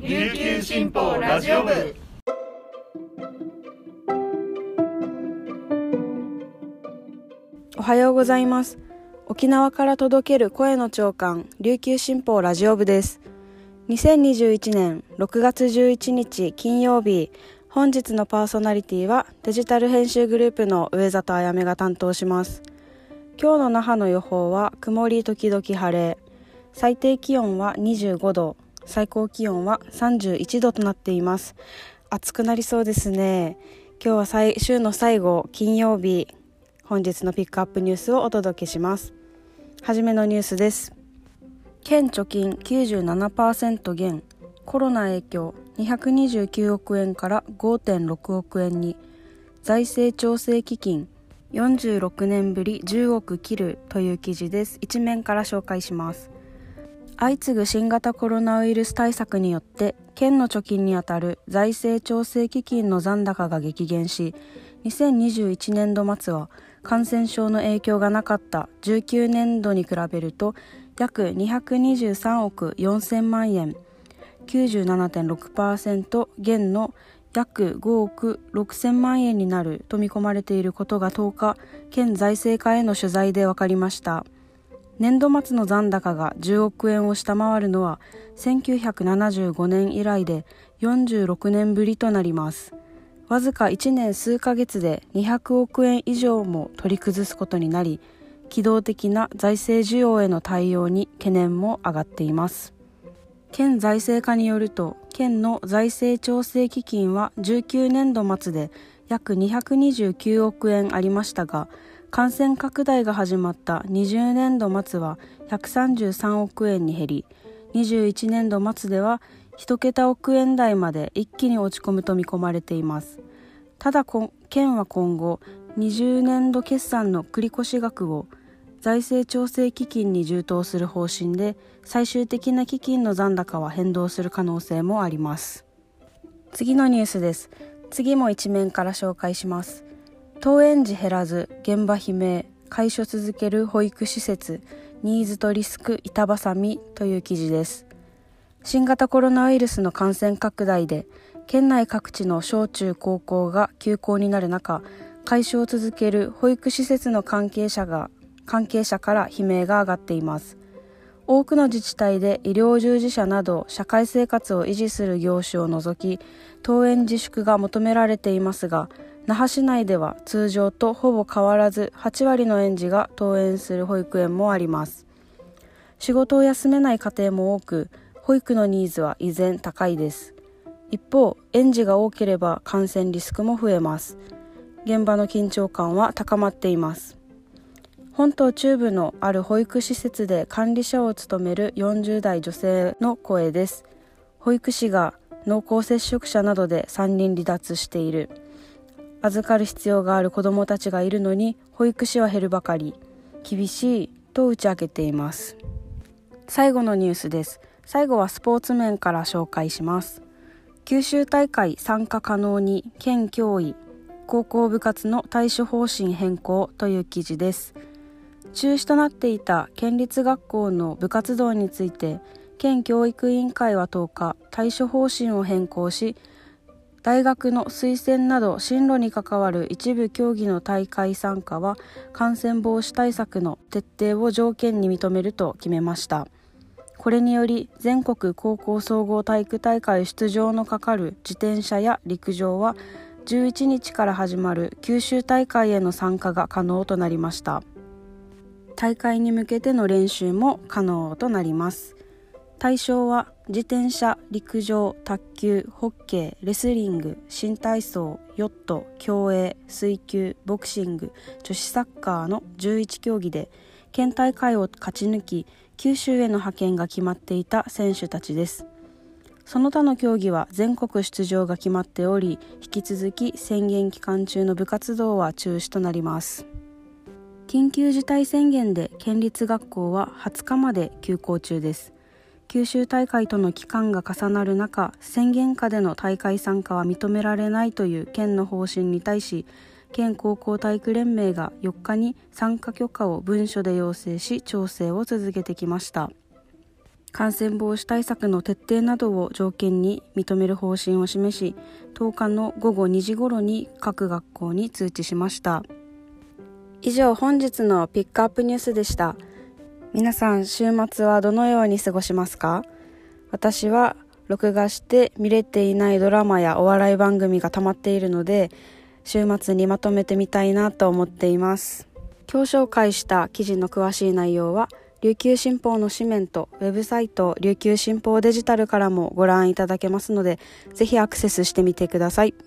琉球新報ラジオ部。 おはようございます。沖縄から届ける声の朝刊、琉球新報ラジオ部です。2021年6月11日金曜日、本日のパーソナリティはデジタル編集グループの上里あやめが担当します。今日の那覇の予報は曇り時々晴れ、最低気温は25度、最高気温は31度となっています。暑くなりそうですね。今日は週の最後、金曜日、本日のピックアップニュースをお届けします。はじめのニュースです。県貯金 97% 減、コロナ影響229億円から 5.6 億円に、財政調整基金46年ぶり10億切るという記事です。一面から紹介します。相次ぐ新型コロナウイルス対策によって県の貯金にあたる財政調整基金の残高が激減し、2021年度末は感染症の影響がなかった19年度に比べると約223億4000万円、 97.6% 減の約5億6000万円になると見込まれていることが10日、県財政課への取材で分かりました。年度末の残高が10億円を下回るのは1975年以来で46年ぶりとなります。わずか1年数ヶ月で200億円以上も取り崩すことになり、機動的な財政需要への対応に懸念も上がっています。県財政課によると、県の財政調整基金は19年度末で約229億円ありましたが、感染拡大が始まった20年度末は133億円に減り、21年度末では1桁億円台まで一気に落ち込むと見込まれています。ただ県は今後20年度決算の繰越額を財政調整基金に充当する方針で、最終的な基金の残高は変動する可能性もあります。次のニュースです。次も一面から紹介します。登園児減らず現場悲鳴、解消続ける保育施設、ニーズとリスク板挟みという記事です。新型コロナウイルスの感染拡大で県内各地の小中高校が休校になる中、解消を続ける保育施設の関係者から悲鳴が上がっています。多くの自治体で医療従事者など社会生活を維持する業種を除き登園自粛が求められていますが、那覇市内では通常とほぼ変わらず8割の園児が登園する保育園もあります。仕事を休めない家庭も多く、保育のニーズは依然高いです。一方、園児が多ければ感染リスクも増えます。現場の緊張感は高まっています。本島中部のある保育施設で管理者を務める40代女性の声です。保育士が濃厚接触者などで3人離脱している。預かる必要がある子どもたちがいるのに保育士は減るばかり。厳しいと打ち明けています。最後のニュースです。最後はスポーツ面から紹介します。九州大会参加可能に県教委、高校部活の対処方針変更という記事です。中止となっていた県立学校の部活動について、県教育委員会は10日、対処方針を変更し、大学の推薦など進路に関わる一部競技の大会参加は感染防止対策の徹底を条件に認めると決めました。これにより全国高校総合体育大会出場のかかる自転車や陸上は11日から始まる九州大会への参加が可能となりました。大会に向けての練習も可能となります。対象は自転車、陸上、卓球、ホッケー、レスリング、新体操、ヨット、競泳、水球、ボクシング、女子サッカーの11競技で県大会を勝ち抜き九州への派遣が決まっていた選手たちです。その他の競技は全国出場が決まっており、引き続き宣言期間中の部活動は中止となります。緊急事態宣言で県立学校は20日まで休校中です。九州大会との期間が重なる中、宣言下での大会参加は認められないという県の方針に対し、県高校体育連盟が4日に参加許可を文書で要請し、調整を続けてきました。 感染防止対策の徹底などを条件に認める方針を示し、10日の午後2時頃に各学校に通知しました。以上、本日のピックアップニュースでした。皆さん、週末はどのように過ごしますか？私は録画して見れていないドラマやお笑い番組が溜まっているので、週末にまとめてみたいなと思っています。今日紹介した記事の詳しい内容は琉球新報の紙面とウェブサイト琉球新報デジタルからもご覧いただけますので、ぜひアクセスしてみてください。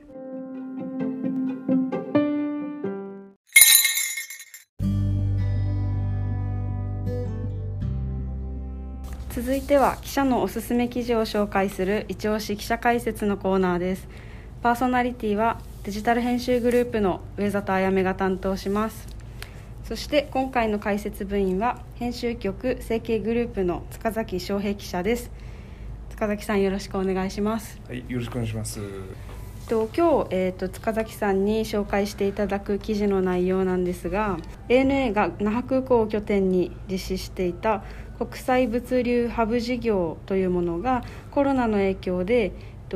続いては記者のおすすめ記事を紹介する一押し記者解説のコーナーです。パーソナリティはデジタル編集グループの上里あやめが担当します。そして今回の解説部員は編集局成形グループの塚崎翔平記者です。塚崎さん、よろしくお願いします。 はい、よろしくお願いします。 今日、塚崎さんに紹介していただく記事の内容なんですが、 ANA が那覇空港を拠点に実施していた国際物流ハブ事業というものがコロナの影響で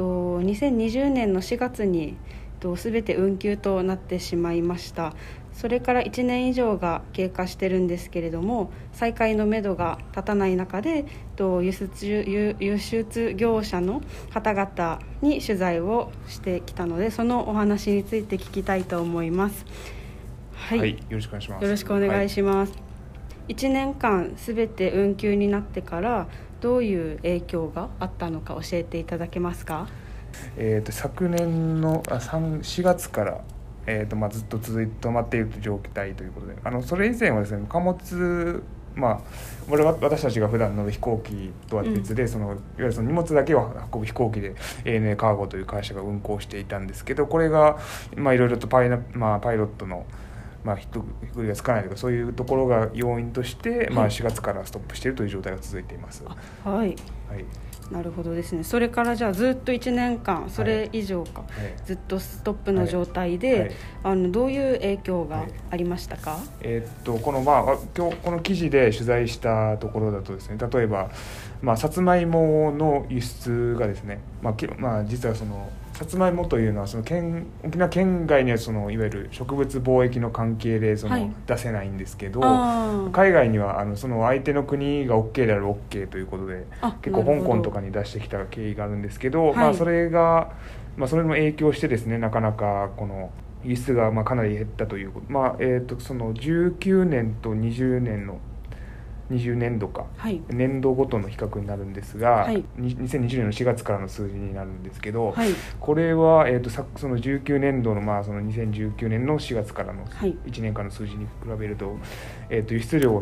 2020年の4月に全て運休となってしまいました。それから1年以上が経過してるんですけれども、再開のめどが立たない中で輸出業者の方々に取材をしてきたので、そのお話について聞きたいと思います。はい、 よろしくお願いします。 よろしくお願いします。1年間すべて運休になってからどういう影響があったのか教えていただけますか？ 昨年の4月から、ずっと止まっている状態ということで、それ以前はですね、貨物、私たちが普段乗る飛行機とは別で、いわゆるその荷物だけを運ぶ飛行機で ANA カーゴという会社が運航していたんですけど、これがいろいろとパイロットの一振りがつかないとか、そういうところが要因として、4月からストップしているという状態が続いています。 はい、なるほどですね。それからじゃあずっと1年間それ以上か、ずっとストップの状態で、どういう影響がありましたか？ この記事で取材したところだとですね、例えば、さつまいもの輸出がですね、実はそのさつまいもというのは沖縄県外にはいわゆる植物貿易の関係で出せないんですけど、海外にはその相手の国が OK である OK ということで、結構香港とかに出してきた経緯があるんですけど、それの影響してですね、なかなかこの輸出がかなり減ったということ、その19年と20年度か、年度ごとの比較になるんですが、2020年の4月からの数字になるんですけど、これは、その19年度の、その2019年の4月からの1年間の数字に比べると、輸出量は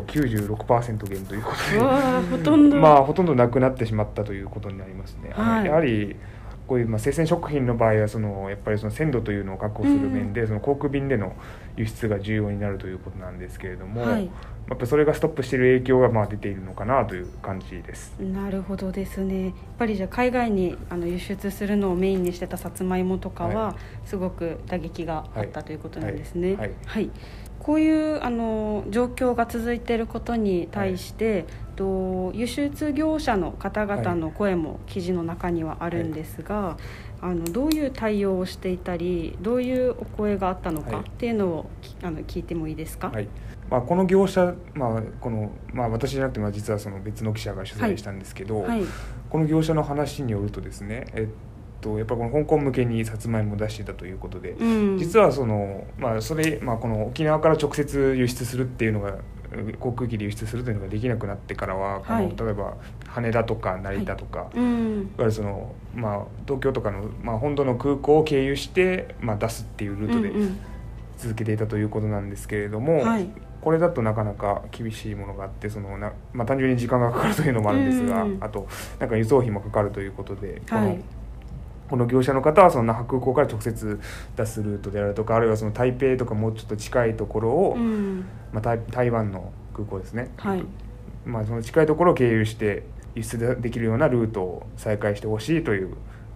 96% 減ということで、ほとんどなくなってしまったということになりますね。やはりこういう生鮮食品の場合はやっぱりその鮮度というのを確保する面で、その航空便での輸出が重要になるということなんですけれども、やっぱそれがストップしている影響が出ているのかなという感じです。 なるほどですね。やっぱりじゃあ海外に輸出するのをメインにしてたさつまいもとかはすごく打撃があったということなんですね。こういう状況が続いていることに対して、輸出業者の方々の声も記事の中にはあるんですが、どういう対応をしていたり、どういうお声があったのかっていうのを聞いてもいいですか？ この業者、私じゃなくて実はその別の記者が取材したんですけど、この業者の話によるとですね、やっぱこの香港向けにさつまいもを出していたということで、実はこの沖縄から直接輸出するっていうのが、航空機で輸出するというのができなくなってからは、例えば羽田とか成田とか、いわゆる東京とかの、本土の空港を経由して、出すっていうルートで続けていたということなんですけれども、これだとなかなか厳しいものがあって、単純に時間がかかるというのもあるんですが、あと輸送費もかかるということで、この業者の方はその那覇空港から直接出すルートであるとか、あるいはその台北とかもうちょっと近いところを、台湾の空港ですね、その近いところを経由して輸出できるようなルートを再開してほしいという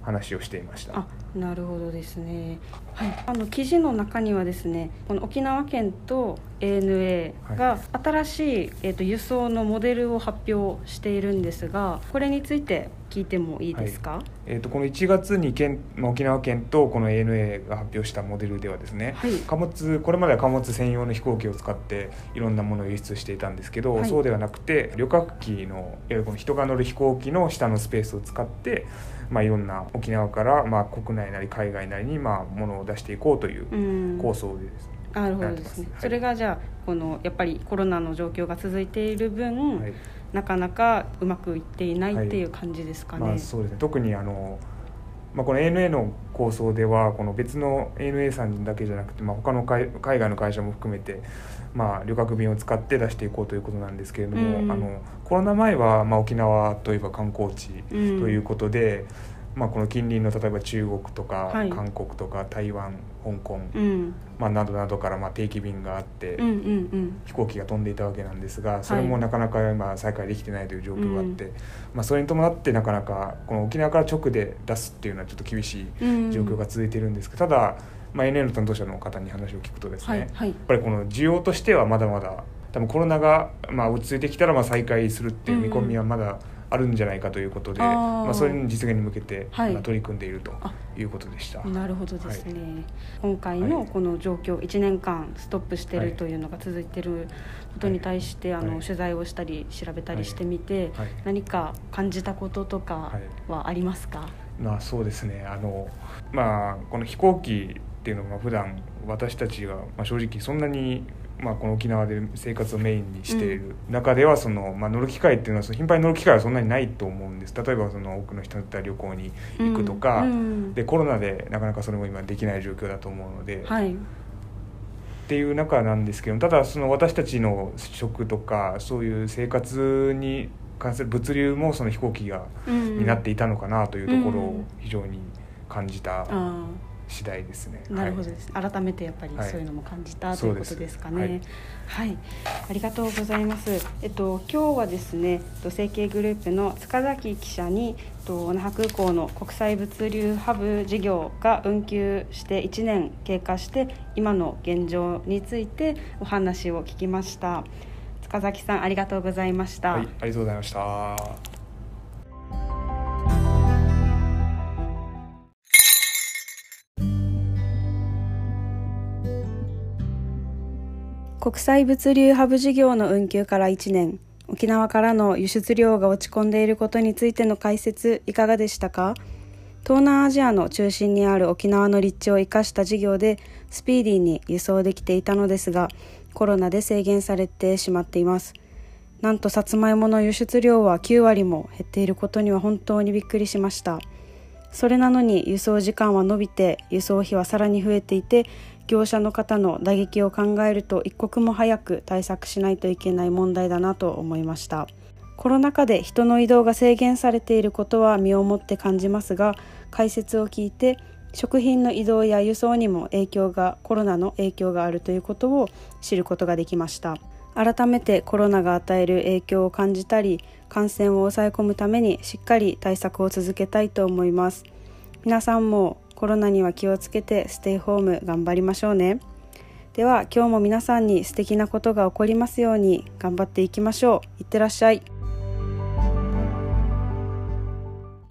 話をしていました。 あ、なるほどですね。はい、記事の中にはですね、この沖縄県と ANA が新しい、輸送のモデルを発表しているんですが、これについて聞いてもいいですか？ はい、この1月に沖縄県とこの ANA が発表したモデルではですね、はい、これまでは貨物専用の飛行機を使っていろんなものを輸出していたんですけど、はい、そうではなくて旅客機のこの人が乗る飛行機の下のスペースを使って、いろんな沖縄から、国内なり海外なりに、物を出していこうという構想です。 なるほどですね。はい、それがじゃあやっぱりコロナの状況が続いている分、はい、なかなかうまくいっていないっていう感じですかね。 そうですね。特にこの ANA の構想ではこの別の ANA さんだけじゃなくて、他の海外の会社も含めて、旅客便を使って出していこうということなんですけれども、コロナ前は、沖縄といえば観光地ということで、この近隣の例えば中国とか、はい、韓国とか台湾、香港、などなどから定期便があって、飛行機が飛んでいたわけなんですが、それもなかなか今再開できてないという状況があって、それに伴ってなかなかこの沖縄から直で出すっていうのはちょっと厳しい状況が続いているんですけど、ただ、ANA の担当者の方に話を聞くとですね、やっぱりこの需要としてはまだまだ多分コロナが落ち着いてきたら再開するっていう見込みはまだあるんじゃないかということで、それの実現に向けて取り組んでいるということでした。 なるほどですね。はい、今回のこの状況、1年間ストップしているというのが続いていることに対して、取材をしたり調べたりしてみて、何か感じたこととかはありますか？ そうですね。この飛行機っていうのが普段私たちが正直そんなにこの沖縄で生活をメインにしている中では乗る機会っていうのは頻繁に乗る機会はそんなにないと思うんです。例えば多くの人だったら旅行に行くとか、でコロナでなかなかそれも今できない状況だと思うので、はい、っていう中なんですけど、ただ私たちの食とかそういう生活に関する物流もその飛行機が担っていたのかなというところを非常に感じた次第ですね。 なるほどです。改めてやっぱりそういうのも感じた、ということですかね。はい、ありがとうございます。今日はですね、成蹊グループの塚崎記者に那覇空港の国際物流ハブ事業が運休して1年経過して今の現状についてお話を聞きました。塚崎さん、ありがとうございました。 はい、ありがとうございました。 国際物流ハブ事業の運休から1年、沖縄からの輸出量が落ち込んでいることについての解説いかがでしたか？東南アジアの中心にある沖縄の立地を生かした事業でスピーディーに輸送できていたのですが、コロナで制限されてしまっています。なんとさつまいもの輸出量は9割も減っていることには本当にびっくりしました。それなのに輸送時間は伸びて輸送費はさらに増えていて、業者の方の打撃を考えると一刻も早く対策しないといけない問題だなと思いました。コロナ禍で人の移動が制限されていることは身をもって感じますが、解説を聞いて食品の移動や輸送にもコロナの影響があるということを知ることができました。改めてコロナが与える影響を感じたり、感染を抑え込むためにしっかり対策を続けたいと思います。皆さんもコロナには気をつけてステイホーム頑張りましょうね。では今日も皆さんに素敵なことが起こりますように頑張っていきましょう。いってらっしゃい。